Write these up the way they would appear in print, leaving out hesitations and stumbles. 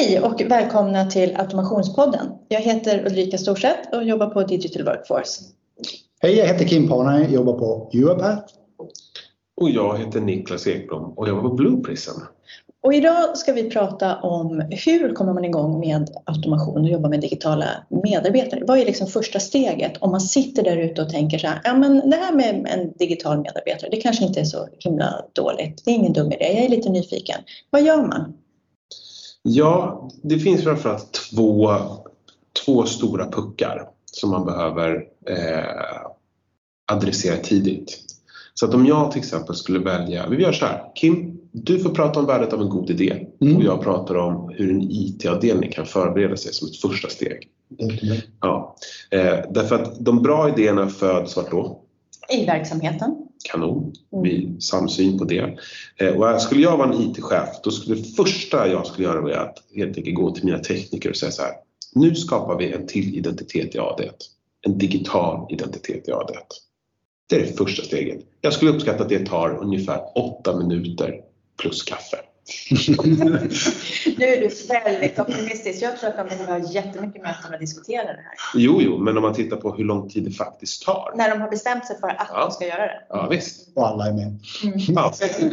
Hej och välkomna till Automationspodden. Jag heter Ulrika Storseth och jobbar på Digital Workforce. Hej, jag heter Kim Parnay och jobbar på UiPath. Och jag heter Niklas Ekblom och jobbar på Blue Prism. Och idag ska vi prata om hur kommer man igång med automation och jobba med digitala medarbetare. Vad är liksom första steget om man sitter där ute och tänker så här, ja men det här med en digital medarbetare, det kanske inte är så himla dåligt. Det är ingen dum idé, jag är lite nyfiken. Vad gör man? Ja, det finns framförallt två stora puckar som man behöver adressera tidigt. Så att om jag till exempel skulle välja, vi gör så här, Kim, du får prata om värdet av en god idé och jag pratar om hur en IT-avdelning kan förbereda sig som ett första steg. Ja, därför att de bra idéerna föds vart då? I verksamheten. Kanon, vi samsyn på det. Och skulle jag vara en IT-chef, då skulle det första jag skulle göra vara att helt enkelt gå till mina tekniker och säga så här, nu skapar vi en till identitet i AD. En digital identitet i AD. Det är det första steget. Jag skulle uppskatta att det tar ungefär 8 minuter plus kaffe. Nu är du väldigt optimistisk. Jag tror att de vill ha jättemycket möten och diskutera det här. Jo, men om man tittar på hur lång tid det faktiskt tar. När de har bestämt sig för att de ska göra det. Ja, visst. Och alla är med. Ja.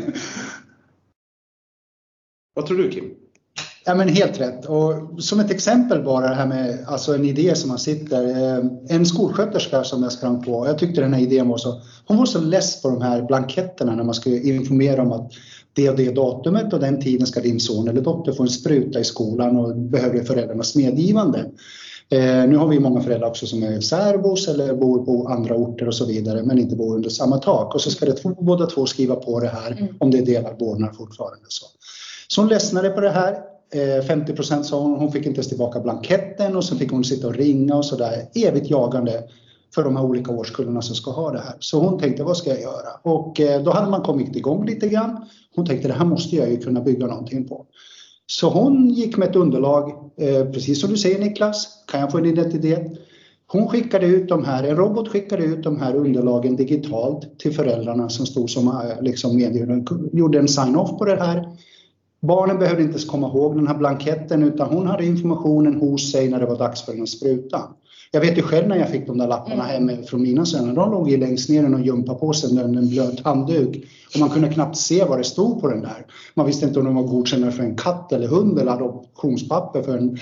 Vad tror du, Kim? Ja, men helt rätt. Och som ett exempel bara det här med alltså en idé som man sitter. En skolsköterska som jag sprang på. Jag tyckte den här idén var så. Hon var så less på de här blanketterna när man skulle informera om att det och det datumet och den tiden ska din son eller dotter få en spruta i skolan och behöver föräldrarnas medgivande. Nu har vi många föräldrar också som är särbos eller bor på andra orter och så vidare men inte bor under samma tak. Och så ska båda två skriva på det här om det är delad vårdnad fortfarande. Så hon ledsnade på det här. 50% sa hon fick inte ens tillbaka blanketten och så fick hon sitta och ringa och sådär. Evigt jagande för de här olika årskullarna som ska ha det här. Så hon tänkte, vad ska jag göra? Och då hade man kommit igång lite grann. Hon tänkte, det här måste jag ju kunna bygga någonting på. Så hon gick med ett underlag, precis som du säger Niklas, kan jag få en identitet? Hon skickade ut de här, en robot skickade ut de här underlagen digitalt till föräldrarna som stod som liksom medgivande. Gjorde en sign-off på det här. Barnen behövde inte ens komma ihåg den här blanketten utan hon hade informationen hos sig när det var dags för en spruta. Jag vet ju själv när jag fick de där lapparna hem från mina söner. De låg ju längst ner och jumpade på sig en blöt handduk. Och man kunde knappt se vad det stod på den där. Man visste inte om de var godkända för en katt eller hund eller adoptionspapper för en...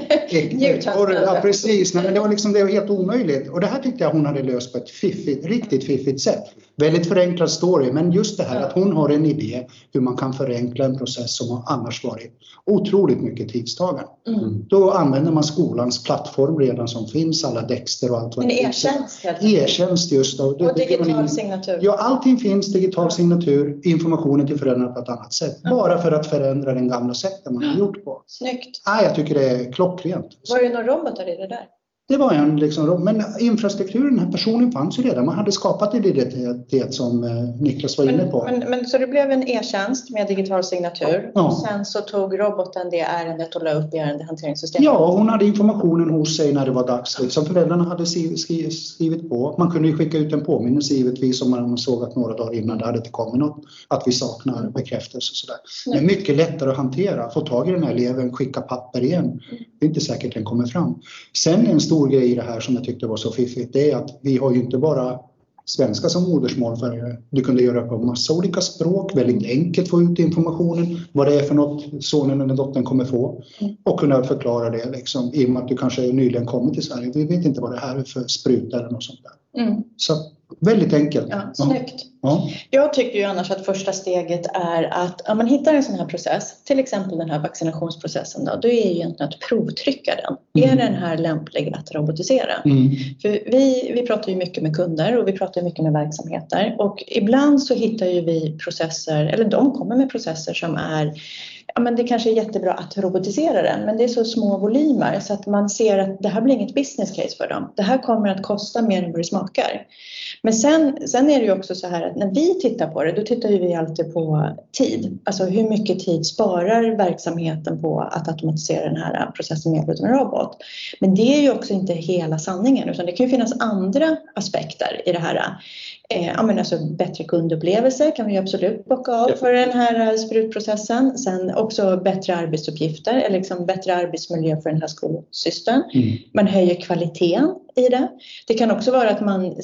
Ja, precis. Men det var liksom det var helt omöjligt. Och det här tyckte jag hon hade löst på ett riktigt fiffigt sätt. Väldigt förenklad story. Men just det här att hon har en idé hur man kan förenkla en process som har annars varit otroligt mycket tidstagande. Då använder man skolans plattform redan som finns. Alla Dexter och allt vad det är. E-tjänst helt enkelt. E-tjänst just. Och digital signatur. Ja, allting finns. Digital signatur. Informationen till föräldrarna på ett annat sätt. Bara för att förändra den gamla sättet man har gjort på. Snyggt. Jag tycker det är klockrent. Var det några robotar i det där? Det var en liksom, men infrastrukturen, den här personen fanns ju redan. Man hade skapat det som Niklas var inne på. Men så det blev en e-tjänst med digital signatur. Ja. Och sen så tog roboten det ärendet och la upp i ärendehanteringssystemet. Ja, hon hade informationen hos sig när det var dags. Liksom föräldrarna hade skrivit på. Man kunde ju skicka ut en påminnelse givetvis om man såg att några dagar innan det hade inte kommit något. Att vi saknar bekräftelse och sådär. Det är mycket lättare att hantera. Få tag i den här eleven, skicka papper igen. Det är inte säkert den kommer fram. Sen en stor grej i det här som jag tyckte var så fiffigt, det är att vi har ju inte bara svenska som modersmål för du kunde göra på massa olika språk, väldigt enkelt få ut informationen, vad det är för något sonen eller dottern kommer få och kunna förklara det liksom, i och med att du kanske nyligen kommit till Sverige, vi vet inte vad det här är för spruta eller något sånt där. Så väldigt enkelt. Ja, snyggt. Ja. Jag tycker ju annars att första steget är att om man hittar en sån här process, till exempel den här vaccinationsprocessen då är ju egentligen att provtrycka den. Är den här lämplig att robotisera? För vi pratar ju mycket med kunder och vi pratar mycket med verksamheter och ibland så hittar ju vi processer, eller de kommer med processer som är men det kanske är jättebra att robotisera den, men det är så små volymer så att man ser att det här blir inget business case för dem. Det här kommer att kosta mer än vad det smakar. Men sen är det ju också så här att när vi tittar på det, då tittar vi alltid på tid. Alltså hur mycket tid sparar verksamheten på att automatisera den här processen med en robot. Men det är ju också inte hela sanningen, utan det kan ju finnas andra aspekter i det här. alltså bättre kundupplevelser kan vi absolut bocka av för den här sprutprocessen. Sen också bättre arbetsuppgifter eller liksom bättre arbetsmiljö för den här skolsystern. Man höjer kvaliteten i det. Det kan också vara att man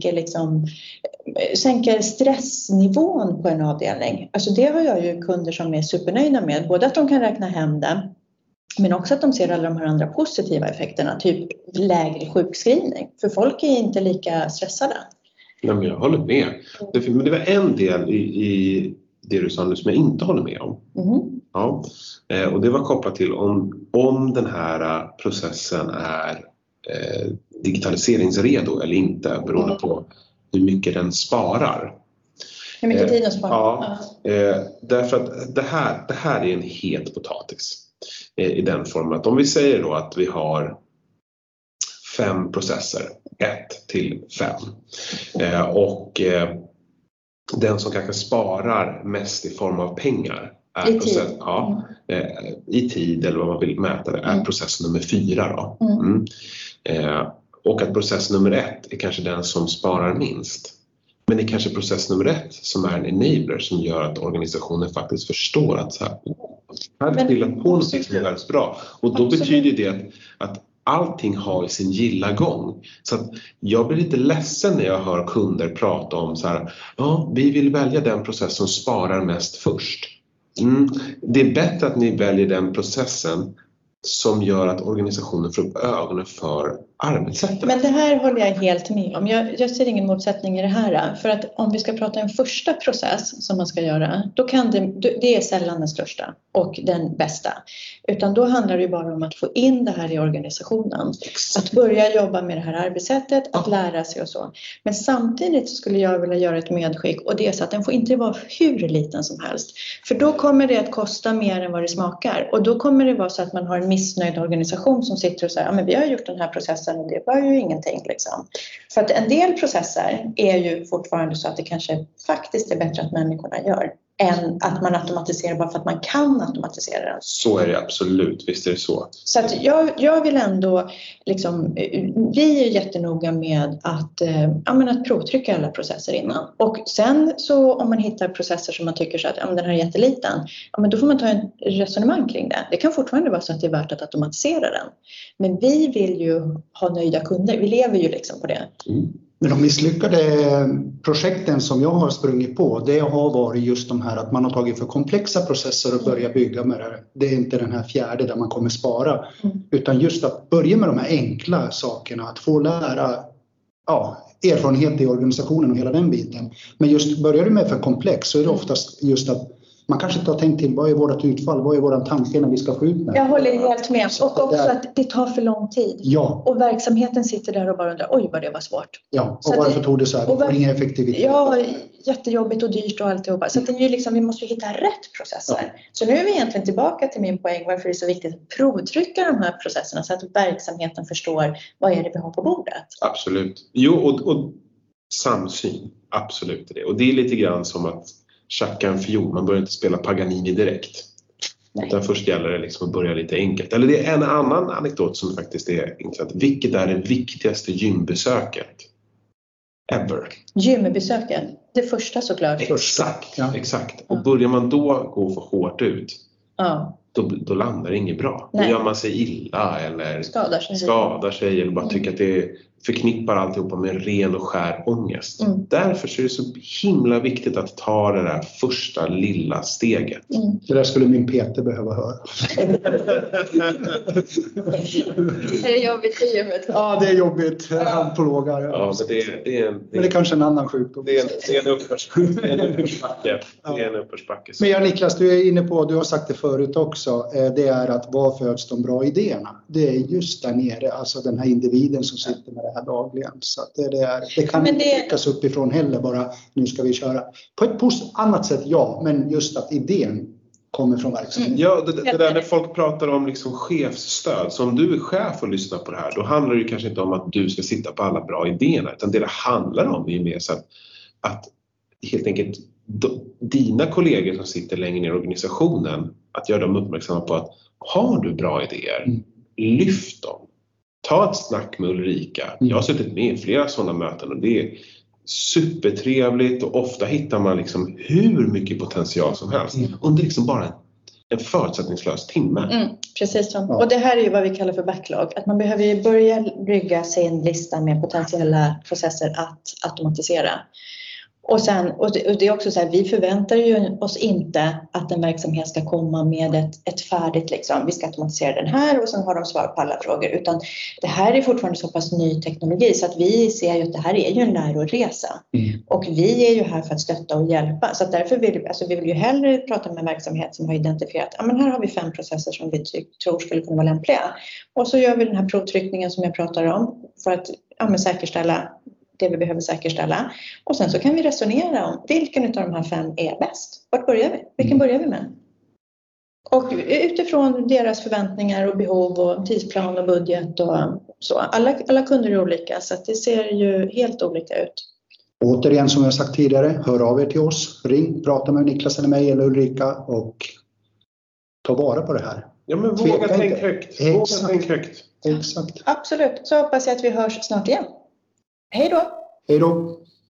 sänker stressnivån på en avdelning. Alltså det har jag ju kunder som är supernöjda med. Både att de kan räkna hem det, men också att de ser alla de här andra positiva effekterna. Typ lägre sjukskrivning. För folk är inte lika stressade. Ja, men jag håller med. Men det var en del i det du sa nu som jag inte håller med om. Ja. Och det var kopplat till om den här processen är digitaliseringsredo eller inte, beroende på hur mycket den sparar. Hur mycket tid den sparar? Ja, därför att det här är en het potatis i den formen att om vi säger då att vi har 5 processer, 1 till 5 och den som kanske sparar mest i form av pengar är i tid eller vad man vill mäta det, är process nummer 4 då. Och att process nummer 1 är kanske den som sparar minst. Men det är kanske process nummer 1 som är en enabler som gör att organisationen faktiskt förstår att så här vill på någonting som är väldigt bra. Och då betyder det att allting har sin gilla gång. Så att jag blir lite ledsen när jag hör kunder prata om så här, ja, vi vill välja den process som sparar mest först. Det är bättre att ni väljer den processen som gör att organisationen får upp ögonen för arbetssättet. Men det här håller jag helt med om. Jag ser ingen motsättning i det här. För att om vi ska prata en första process som man ska göra, då kan det är sällan den största och den bästa. Utan då handlar det ju bara om att få in det här i organisationen. Att börja jobba med det här arbetssättet, att lära sig och så. Men samtidigt skulle jag vilja göra ett medskick, och det är så att den får inte vara hur liten som helst. För då kommer det att kosta mer än vad det smakar. Och då kommer det vara så att man har en missnöjd organisation som sitter och säger, ja men vi har gjort den här processen och det var ju ingenting liksom. För att en del processer är ju fortfarande så att det kanske faktiskt är bättre att människorna gör än att man automatiserar bara för att man kan automatisera den. Så är det absolut, visst är det så. Så att jag vill ändå liksom, vi är jättenoga med att provtrycka alla processer innan. Och sen så om man hittar processer som man tycker så att den här är jätteliten, men då får man ta en resonemang kring det. Det kan fortfarande vara så att det är värt att automatisera den. Men vi vill ju ha nöjda kunder, vi lever ju liksom på det. Men de misslyckade projekten som jag har sprungit på, det har varit just de här att man har tagit för komplexa processer och börjat bygga med det. Det är inte den här fjärde där man kommer spara. Utan just att börja med de här enkla sakerna, att få lära erfarenhet i organisationen och hela den biten. Men just börjar du med för komplex så är det oftast just att man kanske inte har tänkt till, vad är vårt utfall, vad är våran tanke när vi ska få ut med. Jag håller helt med. Och också att det tar för lång tid. Ja. Och verksamheten sitter där och bara undrar, oj vad det var svårt. Ja, och varför tog det så här? Det får ingen effektivitet. Ja, jättejobbigt och dyrt och alltihopa. Så att det är ju liksom, vi måste hitta rätt processer. Ja. Så nu är vi egentligen tillbaka till min poäng varför det är så viktigt att provtrycka de här processerna så att verksamheten förstår vad är det vi har på bordet. Absolut. Jo, och samsyn. Absolut det. Och det är lite grann som att tjacka en fiol. Man börjar inte spela Paganini direkt. Nej. Utan först gäller det liksom att börja lite enkelt. Eller det är en annan anekdot som faktiskt är intressant. Vilket är det viktigaste gymbesöket ever? Gymbesöket? Det första såklart. Exakt. Och börjar man då gå för hårt ut, då landar det inget bra. Nej. Då gör man sig illa eller skadar sig eller bara tycker att det förknippar alltihopa med en ren och skär ångest. Därför så är det så himla viktigt att ta det där första lilla steget. Det där skulle min Peter behöva höra. Är det jobbigt i gymmet? Ja, det är jobbigt. Han plågar. Ja, men det är kanske en annan sjukdom. Det är en uppförsbacke. Men Niklas, du är inne på, du har sagt det förut också, det är att var föds de bra idéerna? Det är just där nere, alltså den här individen som sitter med det här dagligen. Så att det kan inte lyckas uppifrån heller bara, nu ska vi köra. På ett annat sätt, men just att idén kommer från verksamheten. Ja, det där när folk pratar om liksom chefsstöd. Så om du är chef och lyssnar på det här, då handlar det kanske inte om att du ska sitta på alla bra idéerna. Utan det handlar om är mer så att helt enkelt dina kollegor som sitter längre ner i organisationen, att göra dem uppmärksamma på att har du bra idéer, lyft dem. Ta ett snack med Ulrika. Jag har suttit med i flera sådana möten och det supertrevligt och ofta hittar man liksom hur mycket potential som helst under liksom bara en förutsättningslös timme. Precis så. Ja. Och det här är ju vad vi kallar för backlog. Att man behöver ju börja bygga sin lista med potentiella processer att automatisera. Och det är också så här, vi förväntar ju oss inte att en verksamhet ska komma med ett färdigt liksom, vi ska automatisera den här och sen har de svar på alla frågor, utan det här är fortfarande så pass ny teknologi så att vi ser ju att det här är ju en läroresa och vi är ju här för att stötta och hjälpa, så att därför vi vill ju hellre prata med en verksamhet som har identifierat, ja men här har vi 5 processer som vi tror skulle kunna vara lämpliga och så gör vi den här provtryckningen som jag pratar om för att säkerställa det vi behöver säkerställa. Och sen så kan vi resonera om vilken av de här 5 är bäst. Vart börjar vi? Vilken börjar vi med? Och utifrån deras förväntningar och behov och tidsplan och budget och så. Alla kunder är olika så att det ser ju helt olika ut. Återigen som jag sagt tidigare, hör av er till oss. Ring, prata med Niklas eller mig eller Ulrika och ta vara på det här. Ja men våga tänka högt. Våga tänka högt. Exakt. Absolut. Så hoppas jag att vi hörs snart igen. Hej då! Hej då!